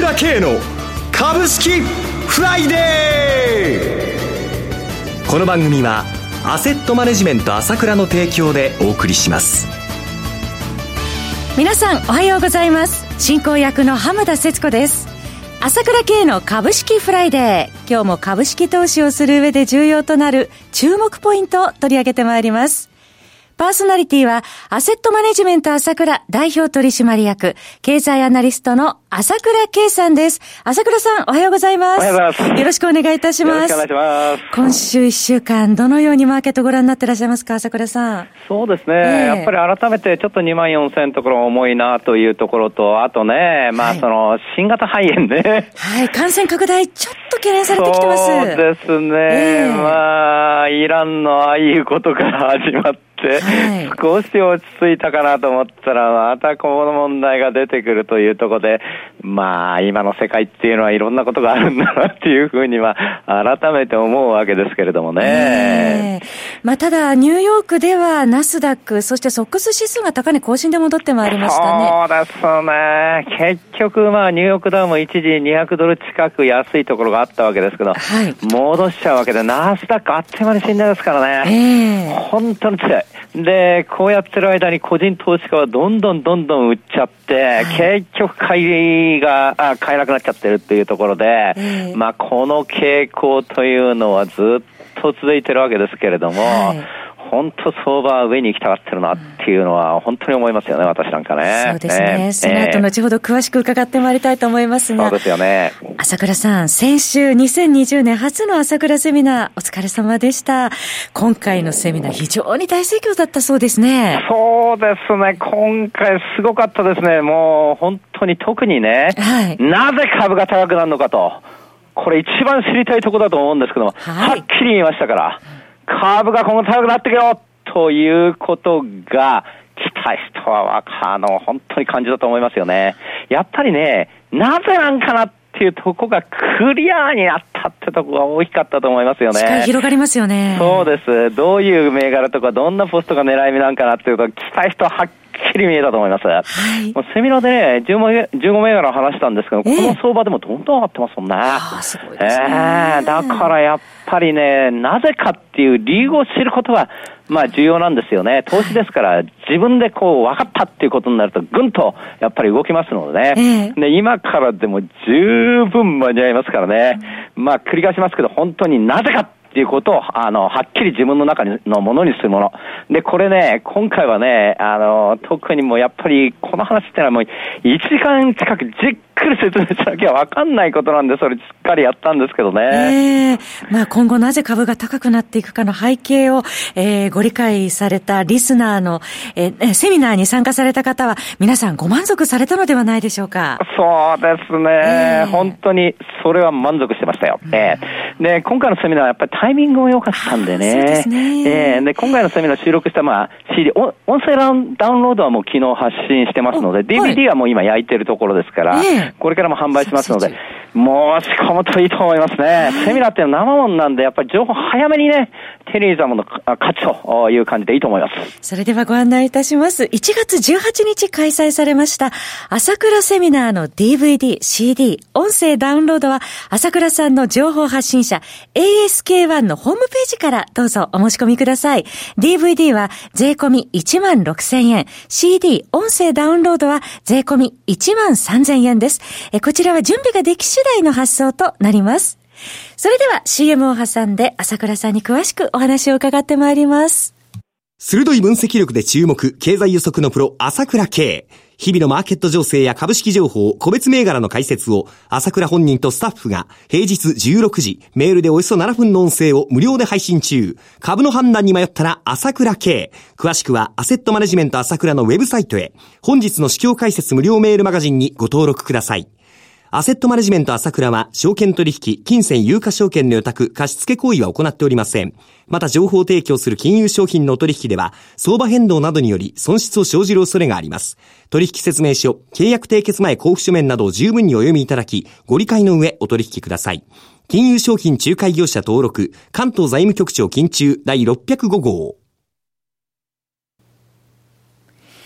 倉慶の株式フライデー。この番組はアセットマネジメント朝倉の提供でお送りします。 皆さんおはようございます。進行役の浜田節子です。朝倉慶の株式フライデー。今日も株式投資をする上で重要となる注目ポイントを取り上げてまいります。パーソナリティはアセットマネジメント朝倉代表取締役経済アナリストの朝倉慶さんです。朝倉さんおはようございます。 おはようございます。 よろしくお願いいたします。 よろしくお願いします。 今週1週間どのようにマーケットご覧になっていらっしゃいますか、朝倉さん。 そうですね、やっぱり改めてちょっと24,000のところ重いなというところと、あとね、その新型肺炎ね、はい、 感染拡大ちょっと懸念されてきてます。 そうですね、イランのああいうことから始まって少し落ち着いたかなと思ったら、またこの問題が出てくるというところで、今の世界っていうのはいろんなことがあるんだなっていうふうには改めて思うわけですけれどもね。 ただニューヨークではナスダック、そしてソックス指数が高値更新で戻ってまいりましたね。 そうですね。結局ニューヨークダウも一時200ドル近く安いところがあったわけですけど、戻しちゃうわけで、ナスダックあっという間に死んでますからね。本当に強い。で、こうやってる間に個人投資家はどんどん売っちゃって、結局買えなくなっちゃってるっていうところで、この傾向というのはずっと続いてるわけですけれども、本当相場は上に行きたがってるなっていうのは本当に思いますよね、私なんかね。 そうですね。その後後ほど詳しく伺ってまいりたいと思いますが。 そうですよね。 朝倉さん、先週2020年初の朝倉セミナーお疲れ様でした。今回のセミナー非常に大盛況だったそうですね。 そうですね。今回すごかったですね。もう本当に特にね、なぜ株が高くなるのかと、これ一番知りたいところだと思うんですけども、はっきり言いましたから。株が今後高くなってくよということが来た人は本当に感じだと思いますよね。やっぱりね、なぜなんかなっていうとこがクリアになったってとこが大きかったと思いますよね。 視界広がりますよね。 そうです。どういう銘柄とかどんなポストが狙い目なんかなっていうと、来た人ははっきり見えたと思います。もうセミナーでね、15銘柄話したんですけど、この相場でもどんどん上がってますもんね。 すごいですね。 だからやっぱりね、なぜかっていう理由を知ることが重要なんですよね。投資ですから自分で分かったっていうことになるとぐんとやっぱり動きますのでね。で、今からでも十分間に合いますからね。繰り返しますけど、本当になぜかっていうことを、はっきり自分の中のものにするもの。で、これね、今回はね、特にもうやっぱり、この話ってのはもう、1時間近くじっくり説明しなきゃわかんないことなんで、それしっかりやったんですけどね。 今後なぜ株が高くなっていくかの背景を、ご理解されたリスナーの、セミナーに参加された方は、皆さんご満足されたのではないでしょうか。 そうですね。本当に、それは満足してましたよ。で、今回のセミナーはやっぱりタイミングも良かったんでね。そうですね。で、今回のセミナー収録したCD、音声ダウンロードはもう昨日発信してますので、DVD はもう今焼いてるところですから、これからも販売しますので、申し込むといいと思いますね。セミナーって生もんなんで、やっぱり情報早めにね、手に入れたもの価値という感じでいいと思います。 それではご案内いたします。1月18日開催されました朝倉セミナーの DVD、CD、音声ダウンロードは朝倉さんの情報発信者 ASK1 のホームページからどうぞお申し込みください。DVD は税込み16,000円、CD、音声ダウンロードは税込み13,000円です。こちらは準備ができ次第の発送となります。それでは CM を挟んで朝倉さんに詳しくお話を伺ってまいります。 鋭い分析力で注目、経済予測のプロ朝倉慶。日々のマーケット情勢や株式情報、個別銘柄の解説を朝倉本人とスタッフが平日16時、メールでおよそ7分の音声を無料で配信中。株の判断に迷ったら朝倉慶。詳しくはアセットマネジメント朝倉のウェブサイトへ。本日の市況解説無料メールマガジンにご登録ください。アセットマネジメント朝倉は証券取引、金銭有価証券の予託、貸付行為は行っておりません。また情報提供する金融商品の取引では相場変動などにより損失を生じる恐れがあります。取引説明書、契約締結前交付書面などを十分にお読みいただき、ご理解の上お取引ください。金融商品仲介業者登録、関東財務局長金中第605号。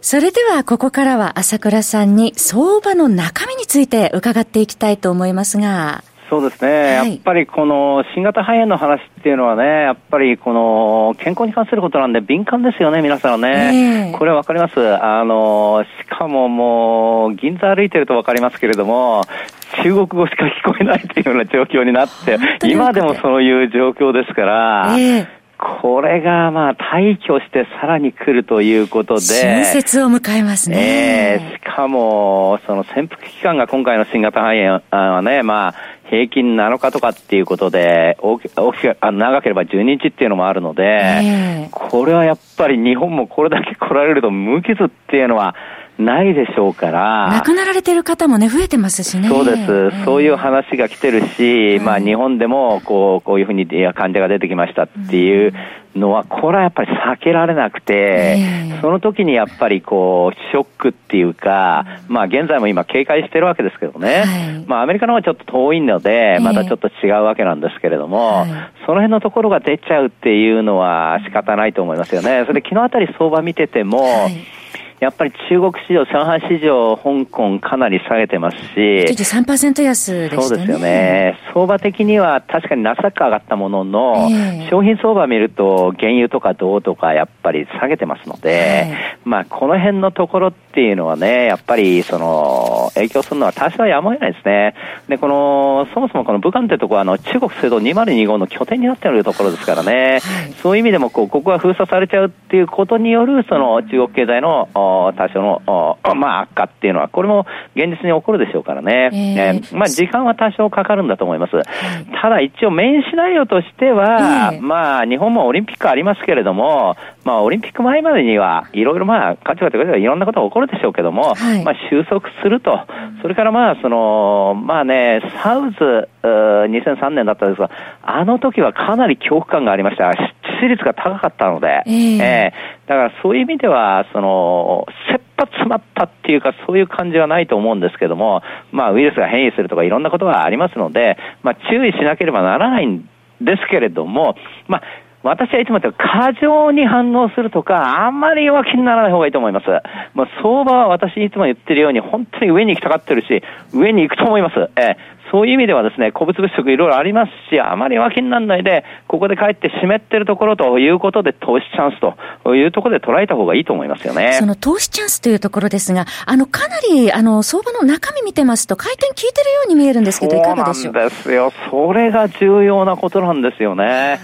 それではここからは朝倉さんに相場の中身について伺っていきたいと思いますが。 そうですね、はい、やっぱりこの新型肺炎の話っていうのはね、やっぱりこの健康に関することなんで敏感ですよね、皆さんね。これわかります。しかももう銀座歩いてるとわかりますけれども、中国語しか聞こえないというような状況になって、今でもそういう状況ですから、これがまあ退去してさらに来るということで、 春節を迎えますね。 しかもその潜伏期間が今回の新型肺炎はね、まあ平均7日とかっていうことで長ければ12日っていうのもあるので、これはやっぱり日本もこれだけ来られると無傷っていうのはないでしょうから。 亡くなられてる方もね、増えてますしね。 そうです。そういう話が来てるし、まあ日本でもこういうふうに患者が出てきましたっていうのは、これはやっぱり避けられなくて、その時にやっぱりこう、ショックっていうか、まあ現在も今警戒してるわけですけどね。まあアメリカの方はちょっと遠いので、またちょっと違うわけなんですけれども、その辺のところが出ちゃうっていうのは仕方ないと思いますよね。それで昨日あたり相場見てても、やっぱり中国市場、上海市場、香港かなり下げてますし。 一時 3% 安でしたね。 そうですよね。相場的には確かにナスダック上がったものの、商品相場見ると原油とか銅とかやっぱり下げてますので、まあこの辺のところっていうのはね、やっぱりその影響するのは多少はやむを得ないですね。で、そもそもこの武漢ってところは中国製造2025の拠点になっているところですからね、そういう意味でもここが封鎖されちゃうっていうことによるその中国経済の多少のまあ悪化っていうのはこれも現実に起こるでしょうからね。まあ時間は多少かかるんだと思います。ただ一応メインシナリオとしては、まあ日本もオリンピックありますけれども、まあオリンピック前までにはいろいろまあ価値がというかいろんなことが起こるでしょうけども、まあ収束すると。それからまあまあね、サウズ2003年だったんですが、あの時はかなり恐怖感がありました。致死率が高かったので、だからそういう意味では切羽詰まったっていうかそういう感じはないと思うんですけども、まあウイルスが変異するとかいろんなことがありますので、まあ注意しなければならないんですけれども、まあ私はいつも言って過剰に反応するとかあんまり弱気にならない方がいいと思います。まあ相場は私いつも言ってるように本当に上に行きたがってるし上に行くと思います。そういう意味ではですね、古物物色いろいろありますし、あまり弱気にならないで、ここで帰って湿ってるところということで投資チャンスというところで捉えた方がいいと思いますよね。 その投資チャンスというところですが、かなり相場の中身見てますと回転効いてるように見えるんですけど、いかがでしょう。 そうなんですよ。それが重要なことなんですよね。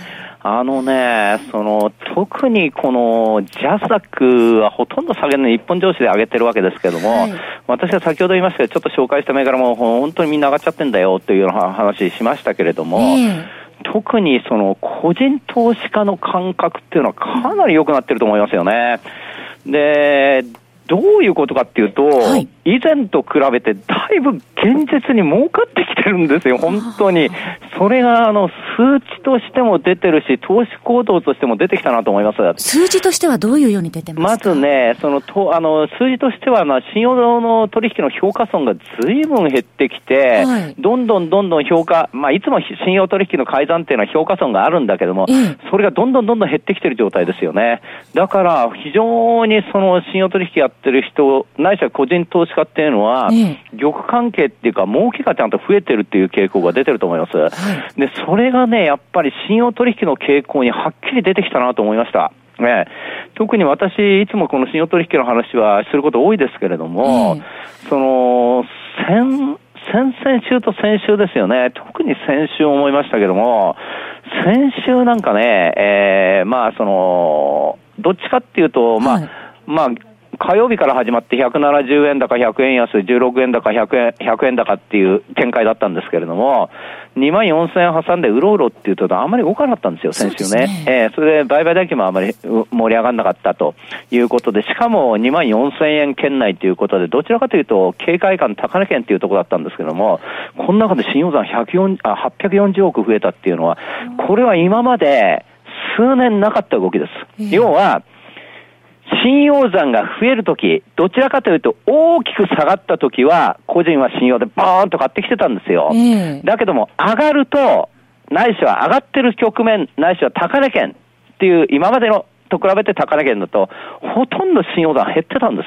特にこのジャスダックはほとんど下げの一本上司で上げてるわけですけども、私は先ほど言いましたようにちょっと紹介した銘柄も本当にみんな上がっちゃってんだよというような話しましたけれども、特にその個人投資家の感覚っていうのはかなり良くなってると思いますよね。で、どういうことかっていうと、以前と比べてだいぶ現実に儲かってきてるんですよ、本当に。それが数値としても出てるし、投資行動としても出てきたなと思います。 数字としてはどういうように出てますか？ まずね、数字としては信用の取引の評価損が随分減ってきて、どんどん評価、まあいつも信用取引の改ざんっていうのは評価損があるんだけども、それがどんどん減ってきてる状態ですよね。だから非常に信用取引やってる人、ないしは個人投資家っていうのは、玉関係っていうか儲けがちゃんと増えてるっていう傾向が出てると思います。で、それがね、やっぱり信用取引の傾向にはっきり出てきたなと思いました。特に私、いつもこの信用取引の話はすること多いですけれども、先々週と先週ですよね。特に先週思いましたけども、先週なんかね、どっちかっていうと、火曜日から始まって170円高100円安16円高100円高っていう展開だったんですけれども、24,000円挟んでうろうろっていうとあんまり動かなかったんですよ、先週ね。それで売買代金もあまり盛り上がらなかったということで、しかも24,000円圏内ということで、どちらかというと警戒感高値圏っていうところだったんですけども、この中で信用残840億増えたっていうのは、これは今まで数年なかった動きです。要は信用残が増えるとき、どちらかというと大きく下がったときは個人は信用でバーンと買ってきてたんですよ。だけども上がると、ないしは上がってる局面、ないしは高値圏っていう今までのと比べて高値圏だと、ほとんど信用度は減ってたんです。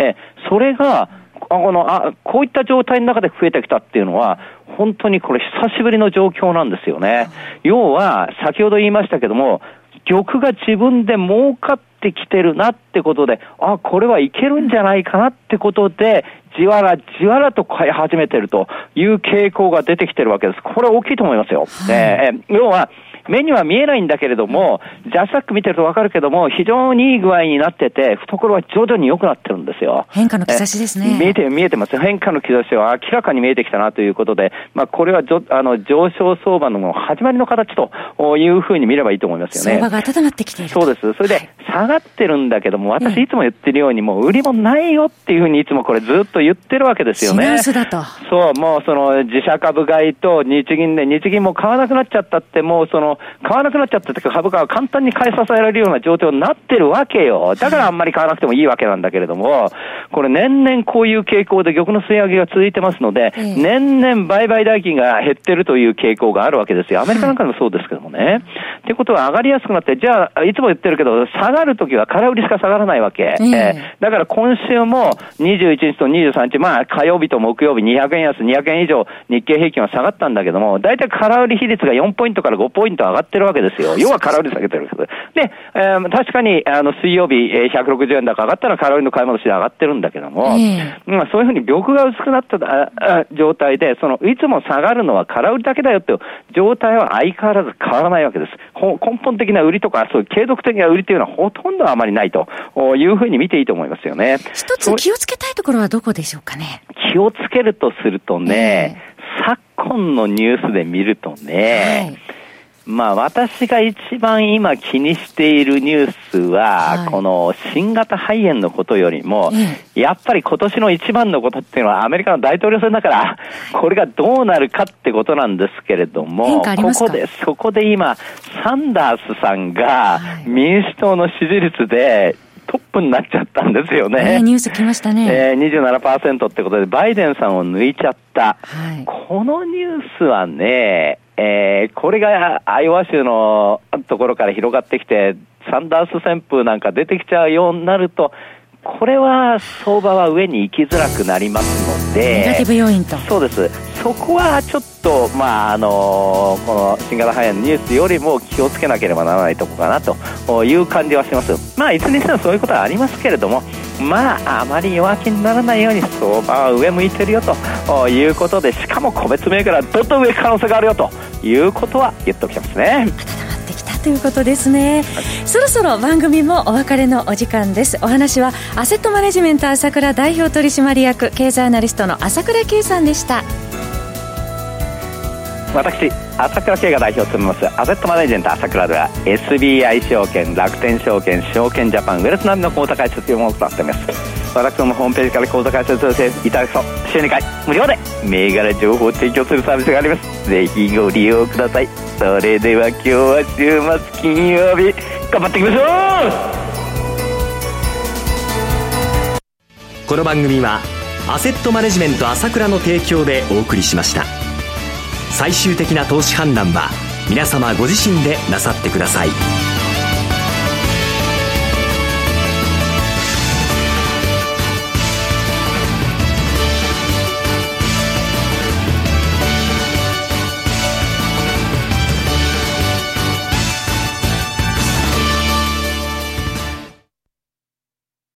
それが、こういった状態の中で増えてきたっていうのは、本当にこれ久しぶりの状況なんですよね。要は、先ほど言いましたけども、玉が自分で儲かってきてるなってことで、これはいけるんじゃないかなってことで、じわらじわらと買い始めてるという傾向が出てきてるわけです。これ大きいと思いますよ。要は、目には見えないんだけれども、ジャスタック見てるとわかるけども、非常にいい具合になってて、懐は徐々に良くなってるんですよ。 変化の兆しですね。 見えてます。変化の兆しは明らかに見えてきたなということで、これは上昇相場の始まりの形というふうに見ればいいと思いますよね。 相場が温まってきている。 そうです。それで、下がってるんだけども、私いつも言ってるように、もう売りもないよっていうふうにいつもこれずっと言ってるわけですよね。 品薄だと。 そう、もうその自社株買いと日銀で、日銀も買わなくなっちゃったって、もう買わなくなっちゃったって株価は簡単に買い支えられるような状況になってるわけよ。だからあんまり買わなくてもいいわけなんだけれども、これ年々こういう傾向で玉の吸い上げが続いてますので、年々売買代金が減ってるという傾向があるわけですよ。アメリカなんかでもそうですけどもね。ってことは上がりやすくなって、じゃあ、いつも言ってるけど、下がるときは空売りしか下がらないわけ。だから今週も21日と23日、火曜日と木曜日200円安、200円以上日経平均は下がったんだけども、だいたい空売り比率が4ポイントから5ポイント上がってるわけですよ。要は空売り下げてるわけです。で、確かに水曜日160円高上がったら空売りの買い戻しで上がってるんだけども、そういうふうに玉が薄くなった状態で、いつも下がるのは空売りだけだよっていう状態は相変わらず変わらないわけです。根本的な売りとか、そういう継続的な売りというのはほとんどあまりないというふうに見ていいと思いますよね。 一つ気をつけたいところはどこでしょうかね。 気をつけるとするとね、昨今のニュースで見るとね、私が一番今気にしているニュースは、この新型肺炎のことよりも、やっぱり今年の一番のことっていうのはアメリカの大統領選だから、これがどうなるかってことなんですけれども、そこで今、サンダースさんが民主党の支持率で、トップになっちゃったんですよね。 ニュース来ましたね。 27% ってことで、バイデンさんを抜いちゃった。このニュースはね、これがアイオワ州のところから広がってきて、サンダース旋風なんか出てきちゃうようになると、これは相場は上に行きづらくなりますので、 ネガティブ要因と。 そうです。そこはちょっと、この新型肺炎のニュースよりも気をつけなければならないところかなという感じはします。いつにしてもそういうことはありますけれども、あまり弱気にならないように相場は上向いてるよということで、しかも個別銘柄どんどん上可能性があるよということは言っておきますね。 ということですね。そろそろ番組もお別れのお時間です。お話はアセットマネジメント朝倉代表取締役経済アナリストの朝倉圭さんでした。 私朝倉圭が代表を務めますアセットマネジメント朝倉では SBI 証券、楽天証券、証券ジャパン、ウェルスナビの口座開設というものを行っております。私どもホームページから口座開設をしていただくと週2回無料で銘柄情報を提供するサービスがあります。ぜひご利用ください。それでは今日は週末金曜日頑張っていきましょう。この番組はアセットマネジメント朝倉の提供でお送りしました。最終的な投資判断は皆様ご自身でなさってください。